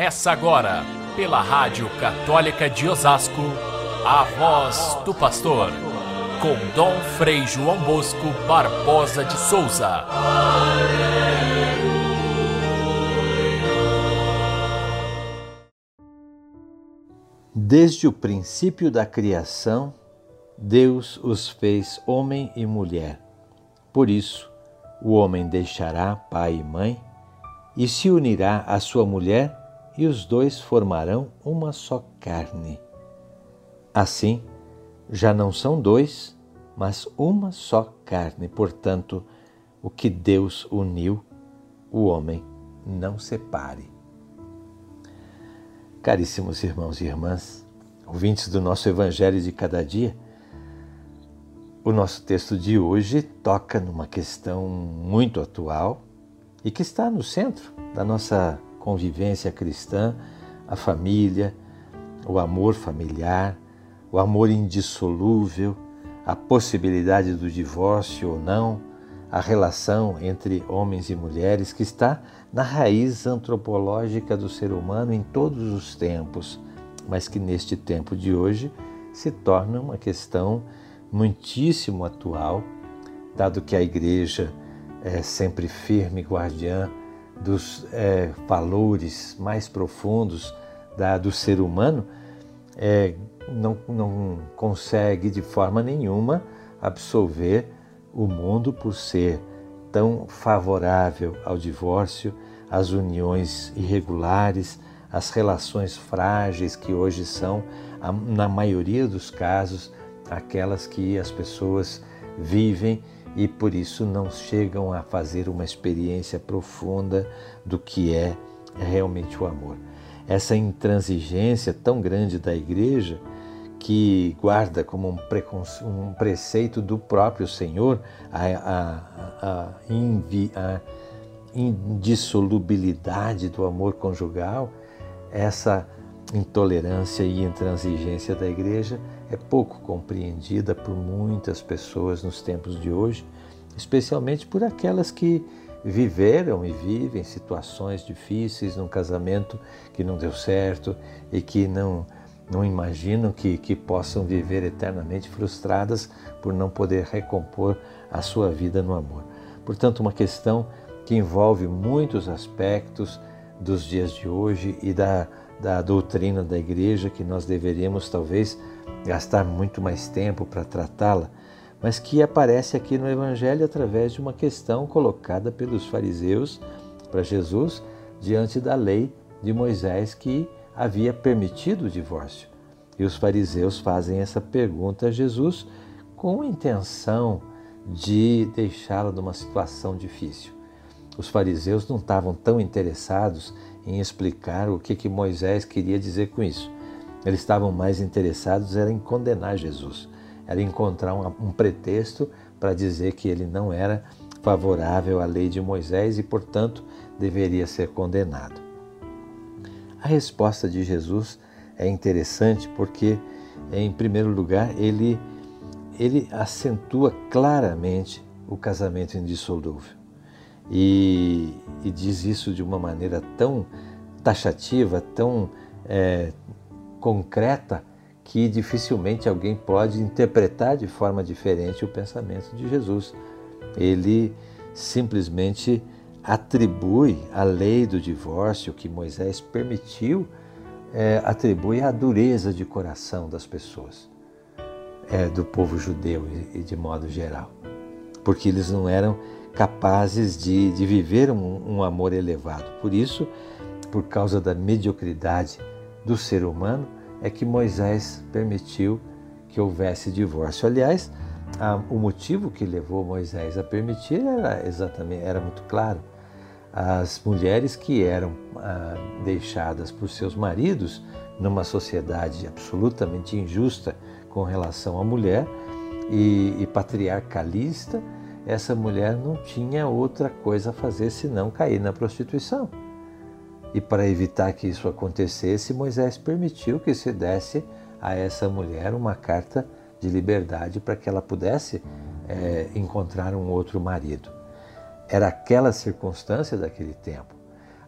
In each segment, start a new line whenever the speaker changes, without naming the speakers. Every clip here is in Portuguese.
Começa agora, pela Rádio Católica de Osasco, a Voz do Pastor, com Dom Frei João Bosco Barbosa de Souza.
Desde o princípio da criação, Deus os fez homem e mulher. Por isso, o homem deixará pai e mãe e se unirá à sua mulher, e os dois formarão uma só carne. Assim, já não são dois, mas uma só carne. Portanto, o que Deus uniu, o homem não separe. Caríssimos irmãos e irmãs, ouvintes do nosso Evangelho de cada dia, o nosso texto de hoje toca numa questão muito atual e que está no centro da nossa convivência cristã, a família, o amor familiar, o amor indissolúvel, a possibilidade do divórcio ou não, a relação entre homens e mulheres que está na raiz antropológica do ser humano em todos os tempos, mas que neste tempo de hoje se torna uma questão muitíssimo atual, dado que a Igreja é sempre firme guardiã dos valores mais profundos do ser humano, não consegue de forma nenhuma absolver o mundo por ser tão favorável ao divórcio, às uniões irregulares, às relações frágeis que hoje são, na maioria dos casos, aquelas que as pessoas vivem e por isso não chegam a fazer uma experiência profunda do que é realmente o amor. Essa intransigência tão grande da Igreja, que guarda como um preceito do próprio Senhor a indissolubilidade do amor conjugal, essa intolerância e intransigência da Igreja é pouco compreendida por muitas pessoas nos tempos de hoje, especialmente por aquelas que viveram e vivem situações difíceis num casamento que não deu certo e que não imaginam que possam viver eternamente frustradas por não poder recompor a sua vida no amor. Portanto, uma questão que envolve muitos aspectos dos dias de hoje e da doutrina da Igreja, que nós deveríamos talvez gastar muito mais tempo para tratá-la, mas que aparece aqui no Evangelho através de uma questão colocada pelos fariseus para Jesus diante da lei de Moisés que havia permitido o divórcio. E os fariseus fazem essa pergunta a Jesus com a intenção de deixá-lo numa situação difícil. Os fariseus não estavam tão interessados em explicar o que Moisés queria dizer com isso. Eles estavam mais interessados em condenar Jesus, era encontrar um pretexto para dizer que ele não era favorável à lei de Moisés e, portanto, deveria ser condenado. A resposta de Jesus é interessante porque, em primeiro lugar, ele acentua claramente o casamento indissolúvel e diz isso de uma maneira tão taxativa, tão concreta, que dificilmente alguém pode interpretar de forma diferente o pensamento de Jesus. Ele simplesmente atribui a lei do divórcio que Moisés permitiu, atribui a dureza de coração das pessoas, do povo judeu e de modo geral, porque eles não eram capazes de viver um amor elevado. Por isso, por causa da mediocridade do ser humano, é que Moisés permitiu que houvesse divórcio. Aliás, o motivo que levou Moisés a permitir era muito claro. As mulheres que eram deixadas por seus maridos numa sociedade absolutamente injusta com relação à mulher e patriarcalista, essa mulher não tinha outra coisa a fazer senão cair na prostituição. E para evitar que isso acontecesse, Moisés permitiu que se desse a essa mulher uma carta de liberdade para que ela pudesse encontrar um outro marido. Era aquela circunstância daquele tempo.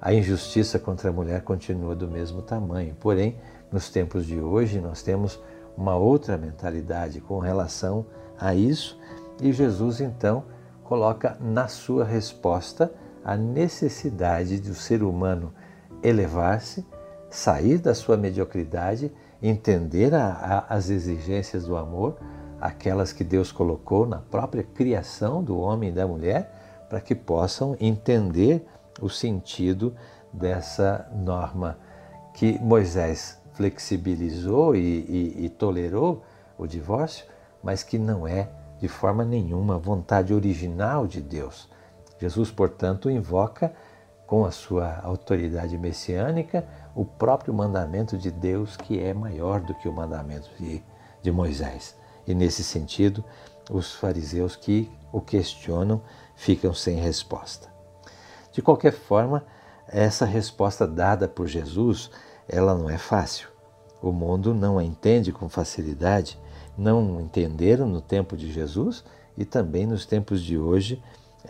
a injustiça contra a mulher continua do mesmo tamanho. Porém, nos tempos de hoje, nós temos uma outra mentalidade com relação a isso, e Jesus, então, coloca na sua resposta a necessidade do ser humano elevar-se, sair da sua mediocridade, entender as exigências do amor, aquelas que Deus colocou na própria criação do homem e da mulher, para que possam entender o sentido dessa norma que Moisés flexibilizou e tolerou o divórcio, mas que não é de forma nenhuma a vontade original de Deus. Jesus, portanto, invoca com a sua autoridade messiânica o próprio mandamento de Deus, que é maior do que o mandamento de Moisés. E nesse sentido, os fariseus que o questionam ficam sem resposta. De qualquer forma, essa resposta dada por Jesus, ela não é fácil. O mundo não a entende com facilidade, não entenderam no tempo de Jesus e também nos tempos de hoje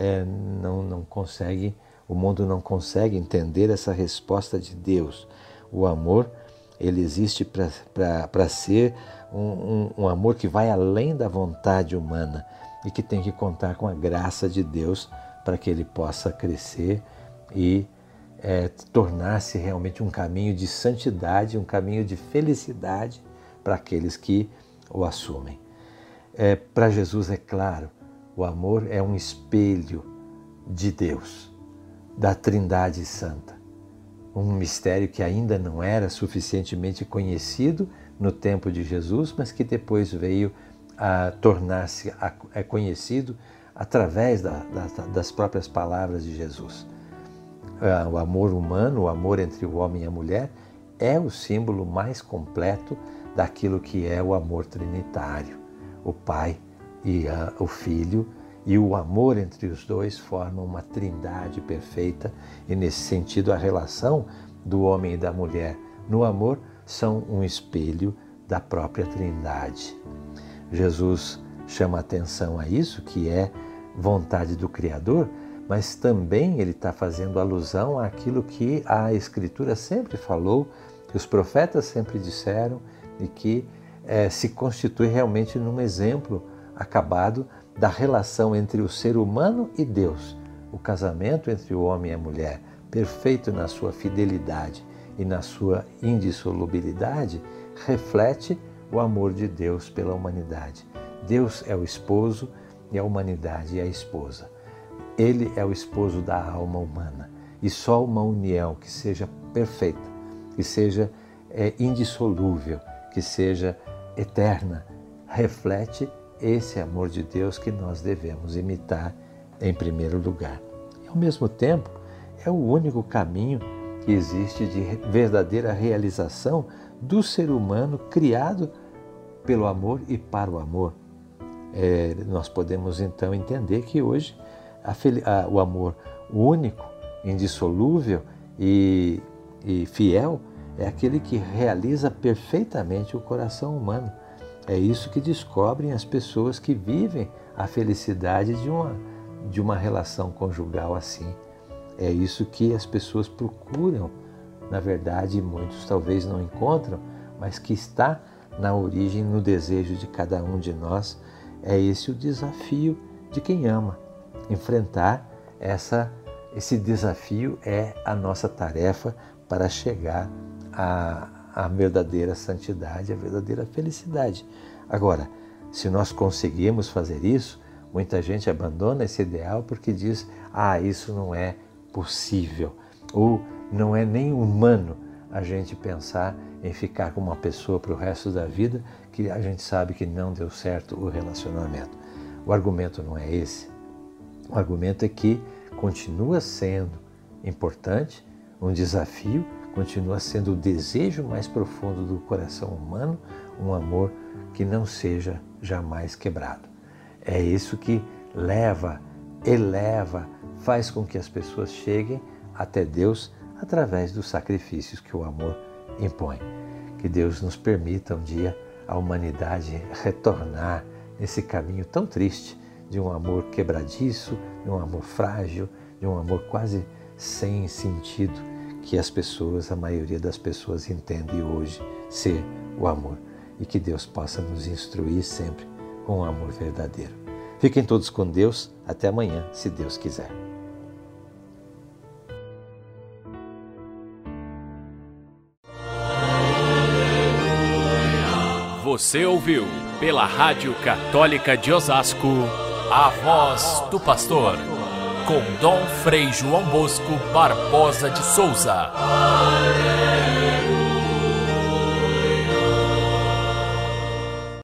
o mundo não consegue entender essa resposta de Deus. O amor, ele existe para ser um amor que vai além da vontade humana e que tem que contar com a graça de Deus para que ele possa crescer e tornar-se realmente um caminho de santidade, um caminho de felicidade para aqueles que o assumem. Para Jesus, é claro, o amor é um espelho de Deus, da Trindade Santa. Um mistério que ainda não era suficientemente conhecido no tempo de Jesus, mas que depois veio a tornar-se conhecido através das próprias palavras de Jesus. O amor humano, o amor entre o homem e a mulher, é o símbolo mais completo daquilo que é o amor trinitário. O Pai e o Filho, e o amor entre os dois formam uma trindade perfeita, e nesse sentido a relação do homem e da mulher no amor são um espelho da própria Trindade. Jesus chama atenção a isso, que é vontade do Criador, mas também ele está fazendo alusão àquilo que a Escritura sempre falou, que os profetas sempre disseram, e que se constitui realmente num exemplo acabado da relação entre o ser humano e Deus. O casamento entre o homem e a mulher, perfeito na sua fidelidade e na sua indissolubilidade, reflete o amor de Deus pela humanidade. Deus é o esposo e a humanidade é a esposa. Ele é o esposo da alma humana, e só uma união que seja perfeita, que seja indissolúvel, que seja eterna, reflete esse amor de Deus que nós devemos imitar em primeiro lugar. E, ao mesmo tempo, é o único caminho que existe de verdadeira realização do ser humano criado pelo amor e para o amor. Nós podemos então entender que hoje o amor único, indissolúvel e fiel é aquele que realiza perfeitamente o coração humano. É isso que descobrem as pessoas que vivem a felicidade de uma relação conjugal assim. É isso que as pessoas procuram, na verdade, muitos talvez não encontram, mas que está na origem, no desejo de cada um de nós. É esse o desafio de quem ama. Enfrentar esse desafio é a nossa tarefa para chegar à verdadeira santidade, à verdadeira felicidade. Agora, se nós conseguirmos fazer isso, muita gente abandona esse ideal porque diz: isso não é possível, ou não é nem humano a gente pensar em ficar com uma pessoa para o resto da vida que a gente sabe que não deu certo o relacionamento. O argumento não é esse. O argumento é que continua sendo importante, um desafio, continua sendo o desejo mais profundo do coração humano, um amor que não seja jamais quebrado. É isso que eleva, faz com que as pessoas cheguem até Deus através dos sacrifícios que o amor impõe. Que Deus nos permita um dia a humanidade retornar nesse caminho tão triste de um amor quebradiço, de um amor frágil, de um amor quase sem sentido que a maioria das pessoas entende hoje ser o amor. E que Deus possa nos instruir sempre com o amor verdadeiro. Fiquem todos com Deus. Até amanhã, se Deus quiser.
Você ouviu pela Rádio Católica de Osasco a Voz do Pastor, com Dom Frei João Bosco Barbosa de Souza.